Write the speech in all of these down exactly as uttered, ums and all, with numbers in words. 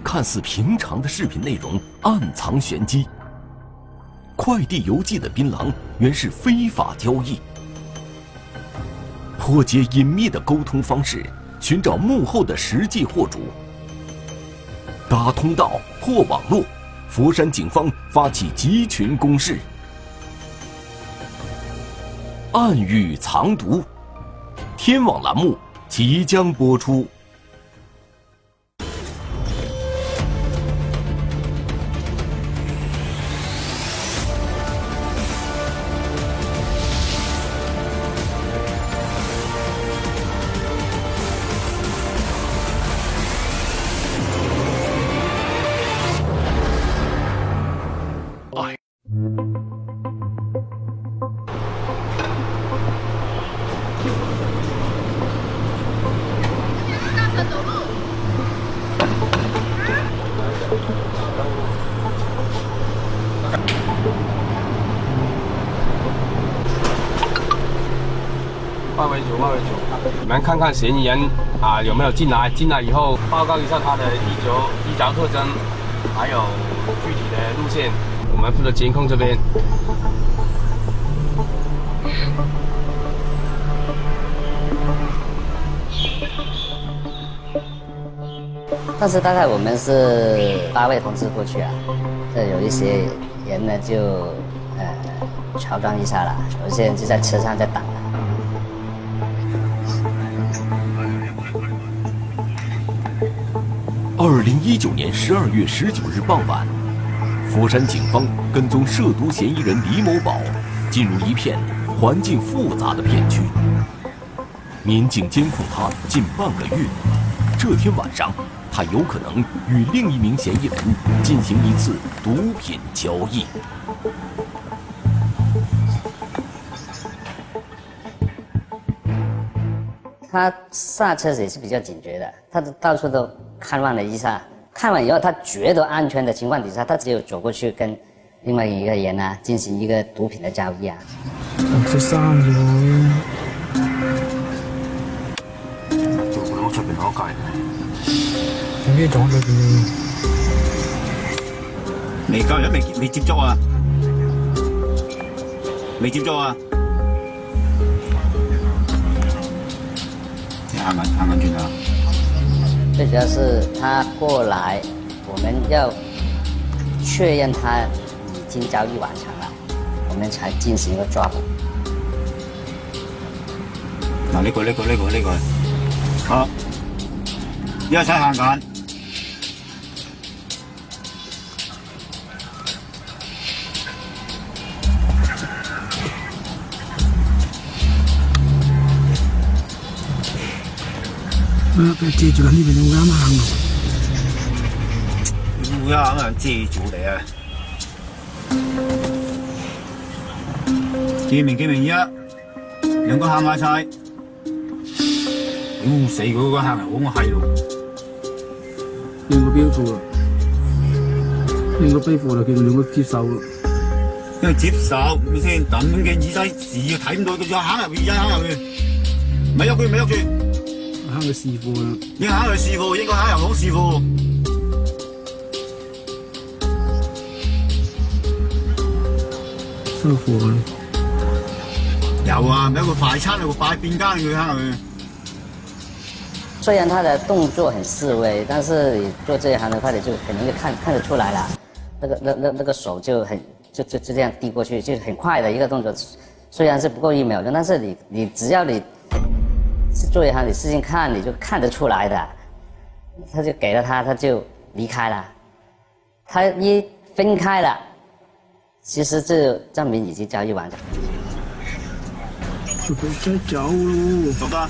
看似平常的视频内容暗藏玄机。快递邮寄的槟榔原是非法交易。破解隐秘的沟通方式，寻找幕后的实际货主。打通道，破网络，佛山警方发起集群攻势。暗语藏毒，天网栏目即将播出。 外围组，外围组，你们看看嫌疑人啊有没有进来？进来以后报告一下他的衣着、衣着特征，还有具体的路线。我们负责监控这边。 但是大概我们是八位同志过去啊，这有一些人呢就呃乔装一下了，有些人就在车上在等了。 二零一九年十二月十九日傍晚，佛山警方跟踪涉毒嫌疑人李某宝，进入一片环境复杂的片区。民警监控他近半个月，这天晚上，他有可能与另一名嫌疑人进行一次毒品交易。 他刹车也是比较警觉的，他到处都看望了一下，看完以后他觉得安全的情况底下，他只有走过去跟另外一个人啊进行一个毒品的交易啊。 食生咗， 做佢屋出邊嗰界。 點解撞咗佢？ 未交人未未接觸啊？未接觸啊？你行緊行緊轉啊？ 最主要是他過來，我們要確認他已經交易完成了，我們才進行一個抓捕。 嗱，呢個呢個呢個呢個，好，一齊行緊。 啊！佢借住緊呢邊有啱行喎。 點會啊？咁樣借住你啊！見明見明一，兩個行埋晒。屌死嗰個行人好係咯！ 兩個標錯啦，兩個背負啦，佢哋兩個接受啦。 因為接受咪先，等嘅耳仔視睇唔到，佢再行入去，而家行入去，咪喐佢，咪喐佢。 行去師傅啦， 應該行去師傅，應該行入講師傅。 收貨啦。 有啊，有個快餐，有個快便間，佢行入去。 虽然他的动作很示威，但是你做这一行的话，你就很容易看看得出来了，那个那那那个手就很就就就这样递过去，就很快的一个动作，虽然是不够一秒钟，但是你你只要你是做一行，你使劲看，你就看得出来的。他就给了他，他就离开了。他一分开了，其实这证明已经交易完成。 佢真係走咯， 走得。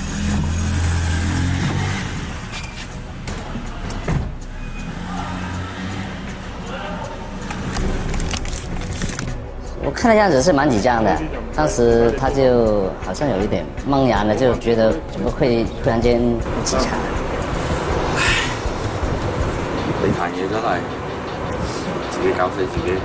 我看的样子是蛮紧张的，当时他就好像有一点茫然了，就觉得怎么会突然间不自查。 你壇嘢真係自己搞死自己。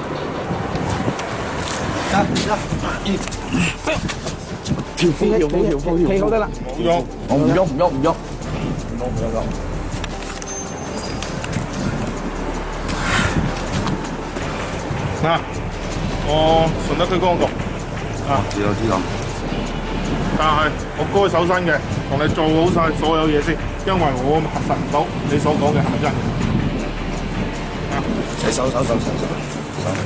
條褲條褲條褲企好得啦， 唔喐，我唔喐唔喐唔喐，唔喐唔喐。 啊，我順得區公局啊， 知道知道。 但係我該搜身嘅，同你做好晒所有嘢先，因為我核實唔到你所講嘅係咪真。啊， 你搜搜搜搜搜搜。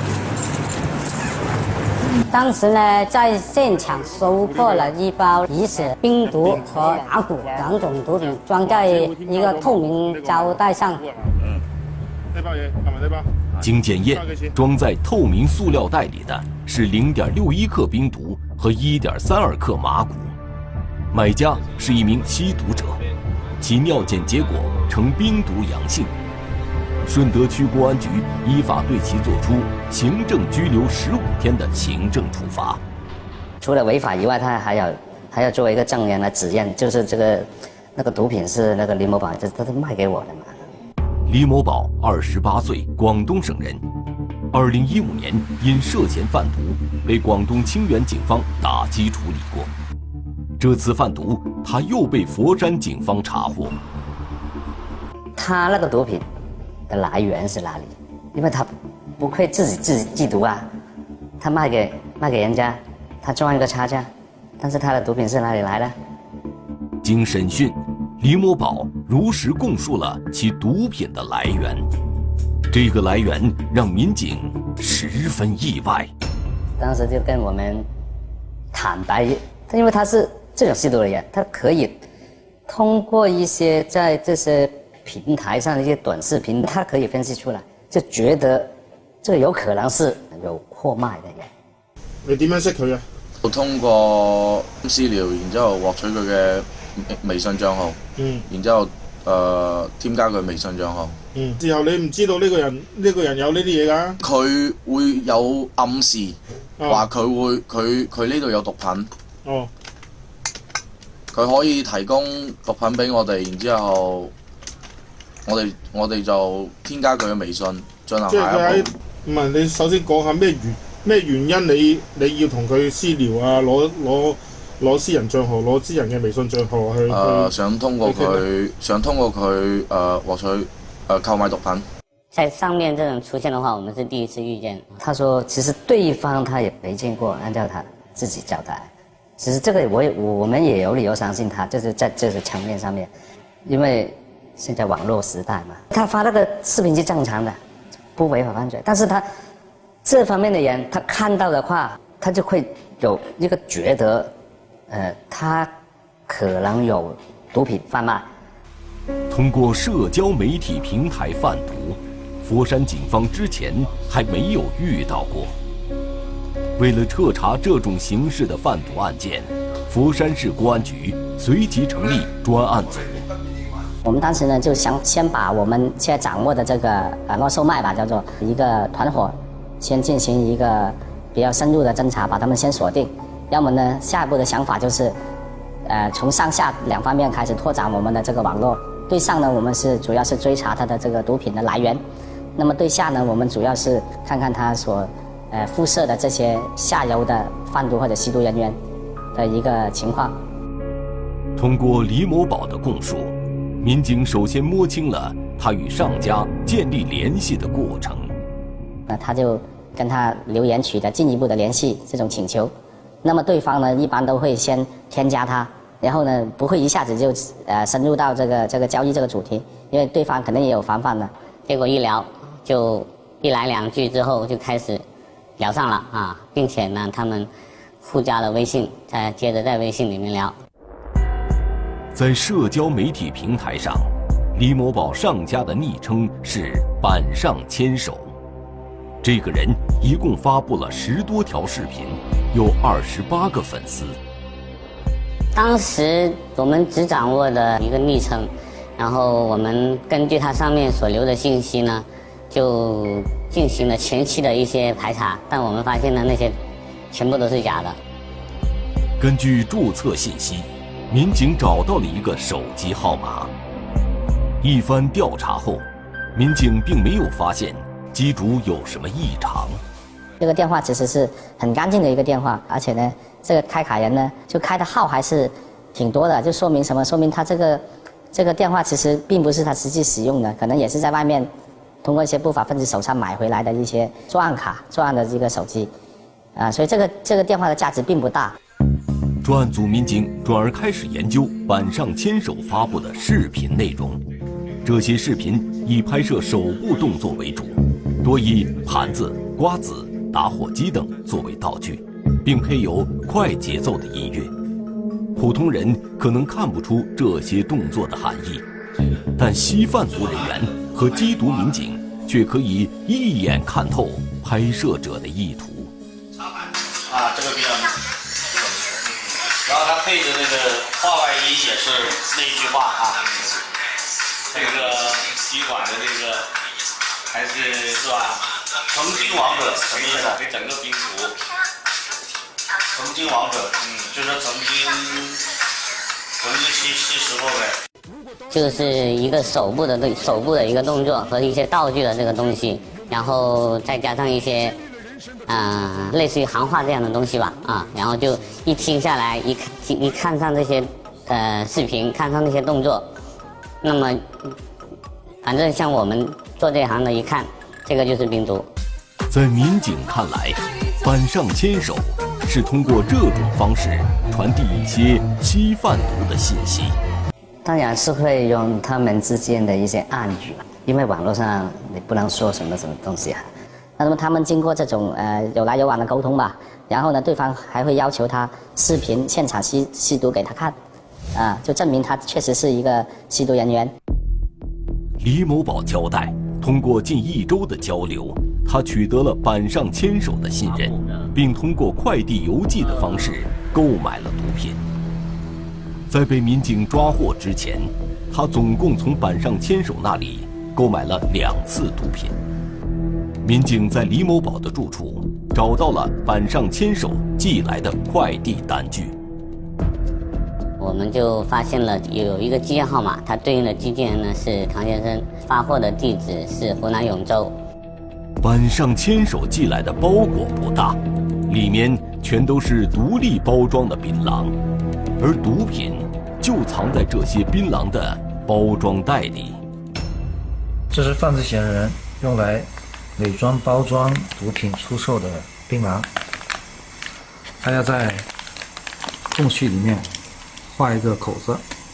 当时呢，在现場收获了一包疑似冰毒和麻古兩種毒品，裝在一個透明膠帶上。 嗯，呢包嘢係咪呢包？ 經檢驗，裝在透明塑料袋裡的是零點六一克冰毒和一點三二克麻古。買家是一名吸毒者，其尿檢結果呈冰毒陽性。順德區公安局依法對其作出行政拘留十五天的行政處罰。 除了違法以外，他還要還要作為一個證人來指認，就是這個那個毒品是那個李某寶，這他是賣給我的嘛。 李某寶二十八歲，廣東省人。二零一五年因涉嫌販毒，被廣東清遠警方打擊處理過。這次販毒，他又被佛山警方查獲。 他那個毒品的來源是哪裡？因為他不會自己自己製毒啊，他賣給賣給人家，他賺一個差價，但是他的毒品是哪裡來的？ 經審訊，李某寶如實供述了其毒品的來源，這個來源讓民警十分意外。 當時就跟我們坦白，因為他是這種吸毒的人，他可以通過一些在這些平台上的一些短視頻，他可以分析出來，就覺得這個有可能是有貨賣的人。 你點樣識佢啊？ 我通過私聊，然之後獲取佢嘅微信帳號，嗯，然之後誒、呃、添加佢微信帳號， 嗯，之後你唔知道呢個人呢、呢個人有呢啲嘢㗎？ 佢會有暗示話佢、哦、會佢佢呢度有毒品，哦，佢可以提供毒品俾我哋，然之後我哋我哋就添加佢嘅微信進行下一步。 唔係，你首先講下咩原咩原因你你要同佢私聊啊？攞攞。攞私人帳號，攞私人嘅微信帳號去。誒、 呃，想通過佢，想通過佢誒獲取誒、呃、購買毒品。 在上面這種出現的話，我們是第一次遇見。 他說，其實對方他也沒見過，按照他自己交代。其實這個我也我們也有理由相信他，就是在這個層面上面，因為現在網絡時代嘛，他發那個視頻是正常的，不違法犯罪。但是他這方面的人，他看到的話，他就會有一個覺得。呃，他可能有毒品販賣。 通過社交媒體平台販毒，佛山警方之前還沒有遇到過。為了徹查這種形式的販毒案件，佛山市公安局隨即成立專案組。 我們當時呢就想先把我們現在掌握的這個網絡售賣吧，叫做一個團伙，先進行一個比較深入的偵查，把他們先鎖定。要麼呢，下一步的想法就是，呃，從上下兩方面開始拓展我們的這個網絡。對上呢，我們是主要是追查它的這個毒品的來源；那麼對下呢，我們主要是看看它所，呃，輻射的這些下游的販毒或者吸毒人員的一個情況。 通過李某寶的供述，民警首先摸清了他與上家建立聯繫的過程。 那他就跟他留言取得進一步的聯繫這種請求。那麼對方呢，一般都會先添加他，然後呢，不會一下子就呃深入到這個這個交易這個主題，因為對方可能也有防範的。結果一聊，就一來兩句之後就開始聊上了啊，並且呢，他們互加了微信，再接着在微信裡面聊。 在社交媒體平台上，李某寶上家的昵稱是板上牽手。這個人一共發布了十多條視頻，有二十八個粉絲。 當時我們只掌握的一個昵稱，然後我們根據它上面所留的信息呢，就進行了前期的一些排查，但我們發現呢，那些全部都是假的。 根據註冊信息，民警找到了一個手機號碼。一番調查後，民警並沒有發現機主有什麼異常。 這個電話其實是很乾淨的一個電話，而且呢，這個開卡人呢就開的號還是挺多的，就說明什麼？說明他這個這個電話其實並不是他實際使用的，可能也是在外面通过一些不法分子手上买回来的一些作案卡、作案的这个手机，啊，所以这个这个电话的价值并不大。 专案组民警转而开始研究板上牵手发布的视频内容，这些视频以拍摄手部动作为主，多以盘子、瓜子、打火机等作为道具，并配有快节奏的音乐。普通人可能看不出这些动作的含义，但吸贩毒人员和缉毒民警却可以一眼看透拍摄者的意图。 啊，这个比较，然后他配的那个话外音也是那句话啊，这个吸管的这个还是是吧？曾经王者什么意思？给整个兵符。曾经王者，嗯，就是曾经曾经吸吸食过呗。 就是一个手部的对手部的一个动作和一些道具的这个东西，然后再加上一些，啊、呃，类似于行话这样的东西吧，啊，然后就一听下来，一听一看上这些，呃，视频，看上那些动作，那么，反正像我们做这行的，一看，这个就是冰毒。 在民警看来，板上牵手是通过这种方式传递一些吸贩毒的信息。 当然是会用他们之间的一些暗语，因为网络上你不能说什么什么东西啊。那么他们经过这种呃有来有往的沟通吧，然后呢，对方还会要求他视频现场吸吸毒给他看，啊，就证明他确实是一个吸毒人员。 李某宝交代，通过近一周的交流，他取得了板上牵手的信任，并通过快递邮寄的方式购买了毒品。在被民警抓获之前，他总共从板上牵手那里购买了两次毒品。民警在李某宝的住处找到了板上牵手寄来的快递单据， 我们就发现了有一个寄件号码，它对应的寄件呢是唐先生，发货的地址是湖南永州。 板上牵手寄来的包裹不大，里面全都是独立包装的槟榔，而毒品就藏在这些槟榔的包装袋里。 这是犯罪嫌疑人用来伪装包装毒品出售的槟榔，他要在缝隙里面画一个口子，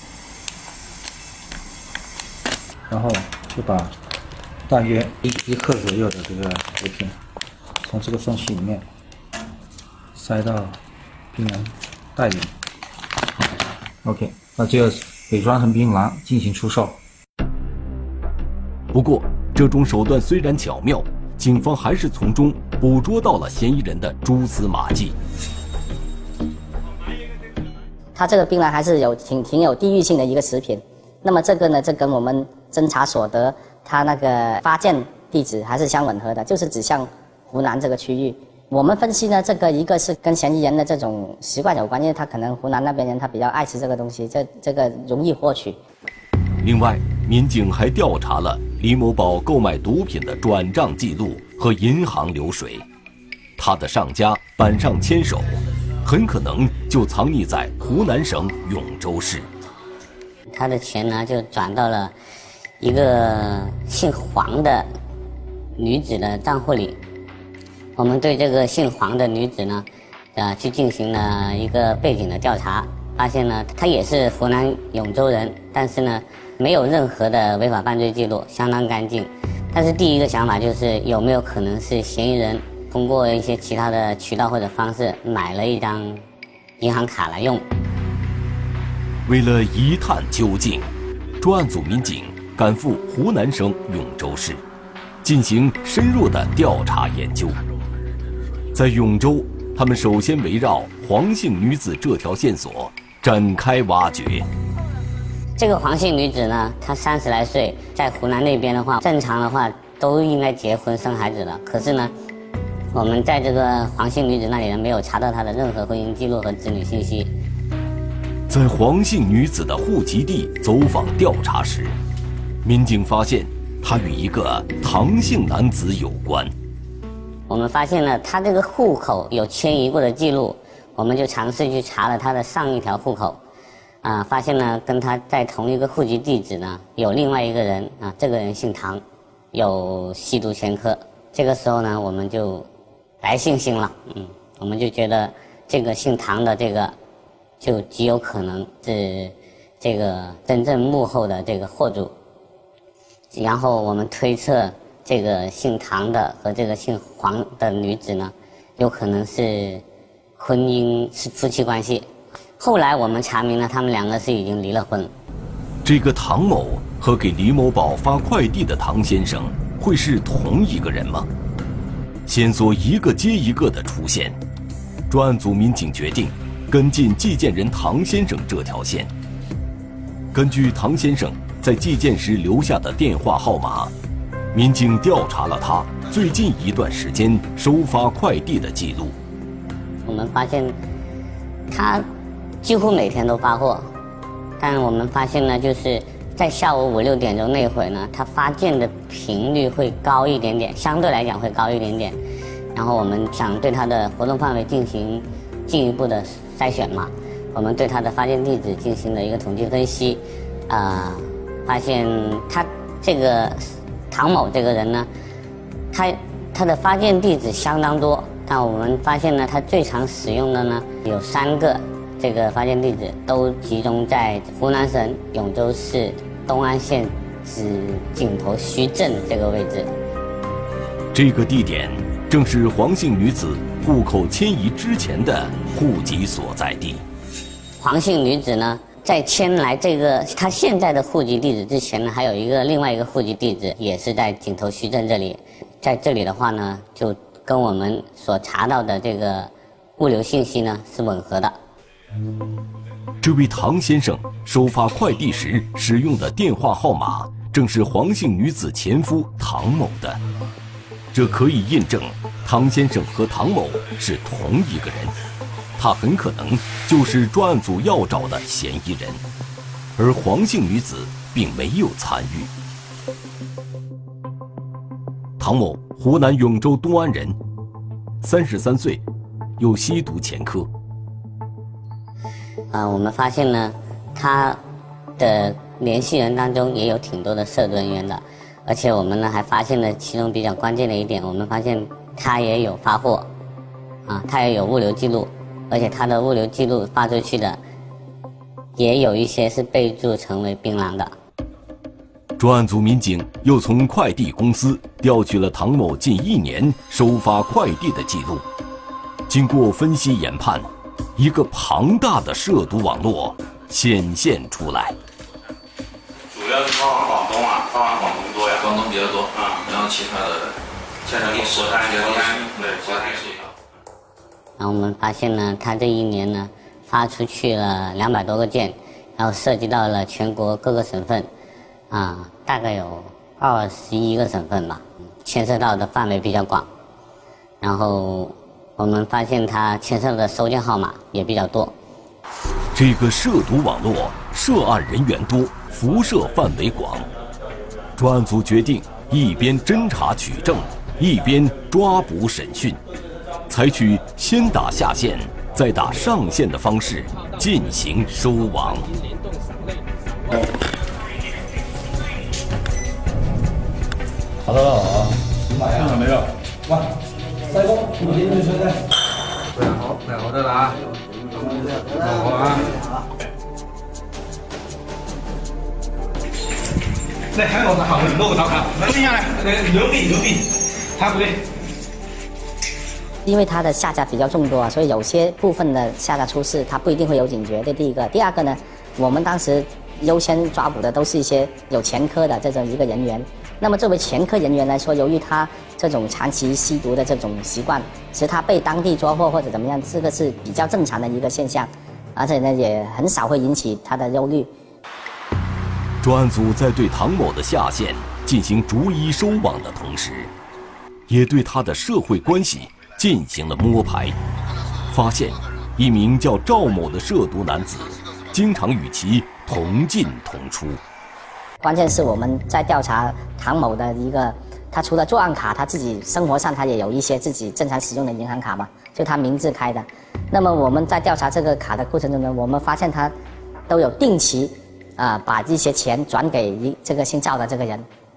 然后就把大约一一克左右的这个毒品从这个缝隙里面塞到槟榔袋里。OK， 那就伪装成槟榔进行出售。 不过，这种手段虽然巧妙，警方还是从中捕捉到了嫌疑人的蛛丝马迹。 它这个槟榔还是有挺挺有地域性的一个食品。那么这个呢，这跟我们侦查所得它那个发件地址还是相吻合的，就是指向湖南这个区域。我们分析呢，这个一个是跟嫌疑人的这种习惯有关，因为他可能湖南那边人他比较爱吃这个东西，这这个容易获取。 另外，民警还调查了李某宝购买毒品的转账记录和银行流水，他的上家板上牵手很可能就藏匿在湖南省永州市。 他的钱呢就转到了一个姓黄的女子的账户里。我们对这个姓黄的女子呢，呃，去进行了一个背景的调查，发现呢，她也是湖南永州人，但是呢，没有任何的违法犯罪记录，相当干净。但是第一个想法就是有没有可能是嫌疑人通过一些其他的渠道或者方式买了一张银行卡来用。 为了一探究竟，专案组民警赶赴湖南省永州市，进行深入的调查研究。在永州，他们首先围绕黄姓女子这条线索展开挖掘。 这个黄姓女子呢，她三十来岁，在湖南那边的话，正常的话都应该结婚生孩子了。可是呢，我们在这个黄姓女子那里呢，没有查到她的任何婚姻记录和子女信息。 在黄姓女子的户籍地走访调查时，民警发现她与一个唐姓男子有关。 我们发现了她这个户口有迁移过的记录，我们就尝试去查了她的上一条户口。啊，发现呢，跟他在同一个户籍地址呢，有另外一个人啊，这个人姓唐， 有吸毒前科。这个时候呢，我们就来信心了，嗯，我们就觉得这个姓唐的这个就极有可能是这个真正幕后的这个货主。然后我们推测这个姓唐的和这个姓黄的女子呢，有可能是婚姻是夫妻关系。后来我们查明了，他们两个是已经离了婚。 这个唐某和给李某宝发快递的唐先生会是同一个人吗？线索一个接一个的出现，专案组民警决定跟进寄件人唐先生这条线。根据唐先生在寄件时留下的电话号码，民警调查了他最近一段时间收发快递的记录。 我们发现他几乎每天都发货，但我们发现呢，就是在下午五六点钟那会儿呢，他发件的频率会高一点点，相对来讲会高一点点。然后我们想对他的活动范围进行进一步的筛选嘛，我们对他的发件地址进行了一个统计分析，啊、呃，发现他这个唐某这个人呢，他他的发件地址相当多，但我们发现呢，他最常使用的呢有三个。这个发件地址都集中在湖南省永州市东安县子井头墟镇这个位置。 这个地点正是黄姓女子户口迁移之前的户籍所在地。 黄姓女子呢，在迁来这个她现在的户籍地址之前呢，还有一个另外一个户籍地址也是在井头墟镇这里。在这里的话呢，就跟我们所查到的这个物流信息呢是吻合的。 这位唐先生收发快递时使用的电话号码，正是黄姓女子前夫唐某的。这可以印证唐先生和唐某是同一个人，他很可能就是专案组要找的嫌疑人，而黄姓女子并没有参与。唐某，湖南永州东安人，三十三岁，有吸毒前科。 啊、呃，我们发现呢，他的联系人当中也有挺多的涉毒人员的，而且我们呢还发现了其中比较关键的一点，我们发现他也有发货，啊，他也有物流记录，而且他的物流记录发出去的，也有一些是备注成为槟榔的。 专案组民警又从快递公司调取了唐某近一年收发快递的记录，经过分析研判，一个庞大的涉毒网络显现出来。 主要是发往广东啊，发往广东多呀，广东比较多啊，然后其他的像什么佛山、吉安，对，其他也是有。 然后我们发现呢，他这一年呢发出去了两百多个件，然后涉及到了全国各个省份，啊，大概有二十一个省份吧，牵涉到的范围比较广，然后。我们发现他牵涉的收件号码也比较多。 这个涉毒网络涉案人员多，辐射范围广。专案组决定一边侦查取证，一边抓捕审讯，采取先打下线，再打上线的方式进行收网。 好的啊，你买呀？没有。哇。大哥，你拎住先。兩好，兩好得啦。好啊。你喺我後面嗰個手卡，邊下嚟？你兩邊兩邊，睇唔睇？ 因为它的下家比较众多啊，所以有些部分的下家出事，它不一定会有警觉。这第一个，第二个呢，我们当时优先抓捕的都是一些有前科的这种一个人员。那么作为前科人员来说，由于他这种长期吸毒的这种习惯，其实他被当地抓获或者怎么样，这个是比较正常的一个现象，而且呢也很少会引起他的忧虑。 专案组在对唐某的下线进行逐一收网的同时，也对他的社会关系进行了摸排，发现一名叫赵某的涉毒男子经常与其同进同出。 关键是我们在调查唐某的一个，他除了作案卡，他自己生活上他也有一些自己正常使用的银行卡嘛，就他名字开的。那么我们在调查这个卡的过程中呢，我们发现他都有定期啊、呃、把这些钱转给一这个姓赵的这个人，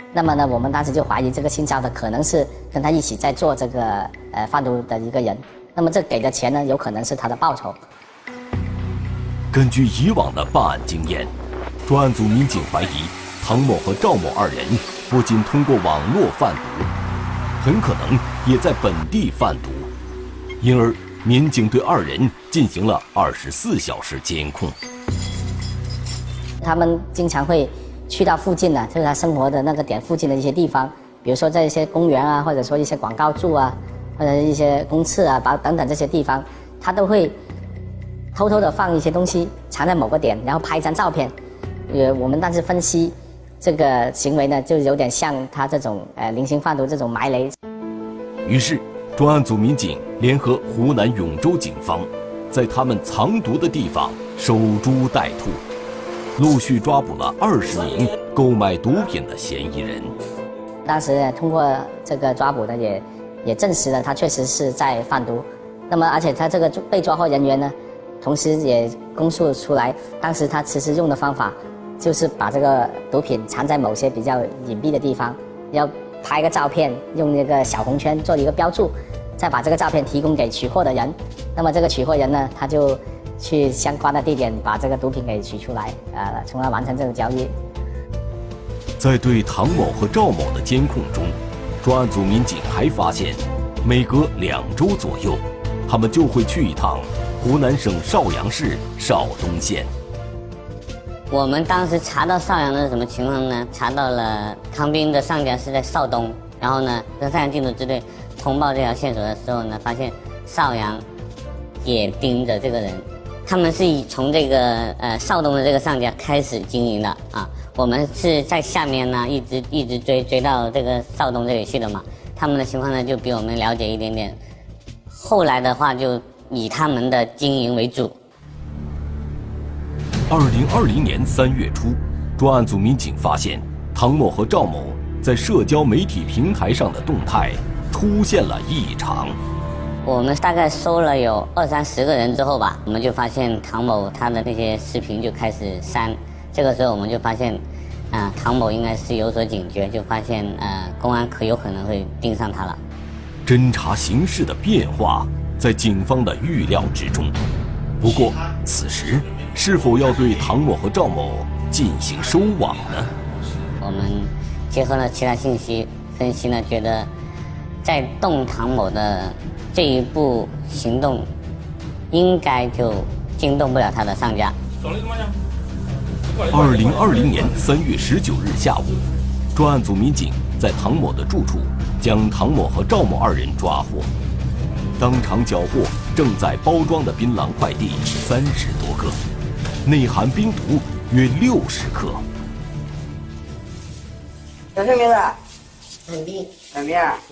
那么呢，我们当时就怀疑这个姓赵的可能是跟他一起在做这个呃贩毒的一个人。那么这给的钱呢，有可能是他的报酬。 根据以往的办案经验，专案组民警怀疑唐某和赵某二人不仅通过网络贩毒，很可能也在本地贩毒，因而民警对二人进行了二十四小时监控。 他们经常会去到附近呢，就是他生活的那个点附近的一些地方，比如说在一些公园啊，或者说一些广告柱啊，或者一些公厕啊，等等这些地方，他都会偷偷的放一些东西藏在某个点，然后拍一张照片。呃，我们当时分析这个行为呢，就有点像他这种呃零星贩毒这种埋雷。 于是，专案组民警联合湖南永州警方，在他们藏毒的地方守株待兔。陆续抓捕了二十名购买毒品的嫌疑人。 当时通过这个抓捕呢，也也证实了他确实是在贩毒。那么，而且他这个被抓获人员呢，同时也供述出来，当时他其实用的方法就是把这个毒品藏在某些比较隐蔽的地方，要拍个照片，用那个小红圈做一个标注，再把这个照片提供给取货的人。那么这个取货人呢，他就去相关的地点把这个毒品给取出来，呃，从而完成这个交易。 在对唐某和赵某的监控中，专案组民警还发现，每隔两周左右，他们就会去一趟湖南省邵阳市邵东县。 我们当时查到邵阳的是什么情况呢？查到了唐斌的上家是在邵东，然后呢，跟邵阳缉毒支队通报这条线索的时候呢，发现邵阳也盯着这个人。他们是以从这个呃邵东的这个上家开始经营的啊，我们是在下面呢一直一直追追到这个邵东这里去的嘛。他们的情况呢就比我们了解一点点，后来的话就以他们的经营为主。 二零二零年三月初，专案组民警发现唐某和赵某在社交媒体平台上的动态出现了异常。 我们大概收了有二三十个人之后吧，我们就发现唐某他的那些视频就开始删。这个时候我们就发现，啊、呃，唐某应该是有所警觉，就发现呃公安可有可能会盯上他了。 侦查形势的变化在警方的预料之中，不过此时是否要对唐某和赵某进行收网呢？ 我们结合了其他信息分析呢，觉得在动唐某的这一步行动，应该就惊动不了他的上家。 二零二零年三月十九日下午，专案组民警在唐某的住处将唐某和赵某二人抓获，当场缴获正在包装的槟榔快递三十多个，内含冰毒约六十克。 叫什么名字？陈斌。陈斌。嗯。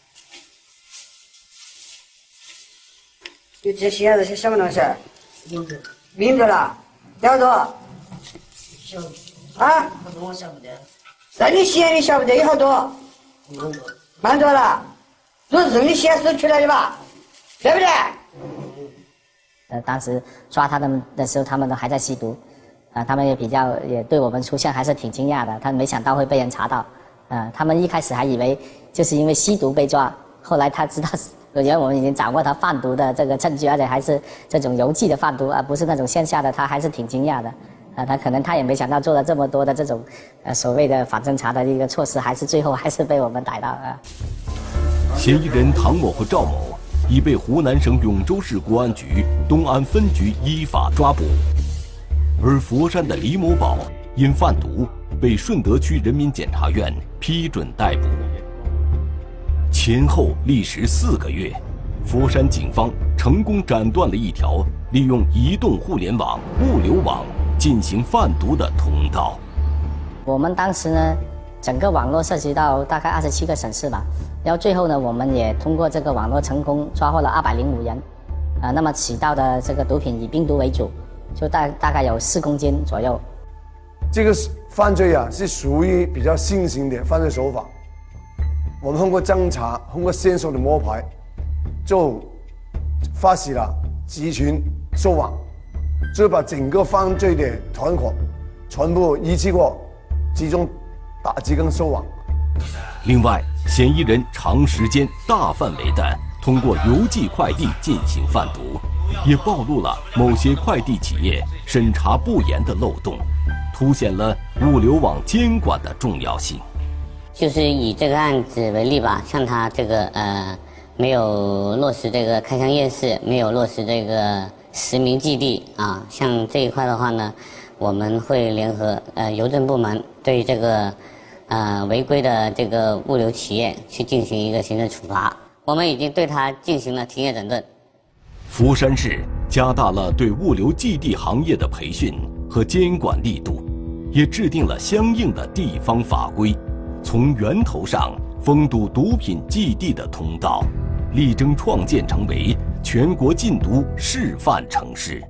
就这写的是什么东西？名字。名字了，多少多？晓得。啊？我晓不得。那你写你晓不得有好多？蛮多。蛮多了，都是你写手出来的吧？对不对？ 呃，当时抓他们的时候，他们都还在吸毒，啊、呃，他们也比较也对我们出现还是挺惊讶的，他没想到会被人查到，呃，他们一开始还以为就是因为吸毒被抓，后来他知道。原来我们已经掌握他贩毒的这个证据，而且还是这种邮寄的贩毒，而不是那种线下的，他还是挺惊讶的。啊、呃，他可能他也没想到做了这么多的这种，呃，所谓的反侦查的一个措施，还是最后还是被我们逮到啊。 嫌疑人唐某和赵某已被湖南省永州市公安局东安分局依法抓捕，而佛山的李某宝因贩毒被顺德区人民检察院批准逮捕。前后历时四个月，佛山警方成功斩断了一条利用移动互联网、物流网进行贩毒的通道。 我们当时呢，整个网络涉及到大概二十七个省市吧，然后最后呢，我们也通过这个网络成功抓获了二百零五人，啊、呃，那么起到的这个毒品以冰毒为主，就大大概有四公斤左右。 这个犯罪啊，是属于比较新型的犯罪手法。我们通过侦查，通过线索的摸排，就发起了集群收网，就把整个犯罪的团伙全部一气过集中打击跟收网。 另外，嫌疑人长时间、大范围的通过邮寄快递进行贩毒，也暴露了某些快递企业审查不严的漏洞，凸显了物流网监管的重要性。 就是以这个案子为例吧，像他这个呃没有落实这个开箱验视，没有落实这个实名寄递啊，像这一块的话呢，我们会联合呃邮政部门对这个呃违规的这个物流企业去进行一个行政处罚。我们已经对他进行了停业整顿。 佛山市加大了对物流寄递行业的培训和监管力度，也制定了相应的地方法规，从源头上封堵毒品寄递的通道，力争创建成为全国禁毒示范城市。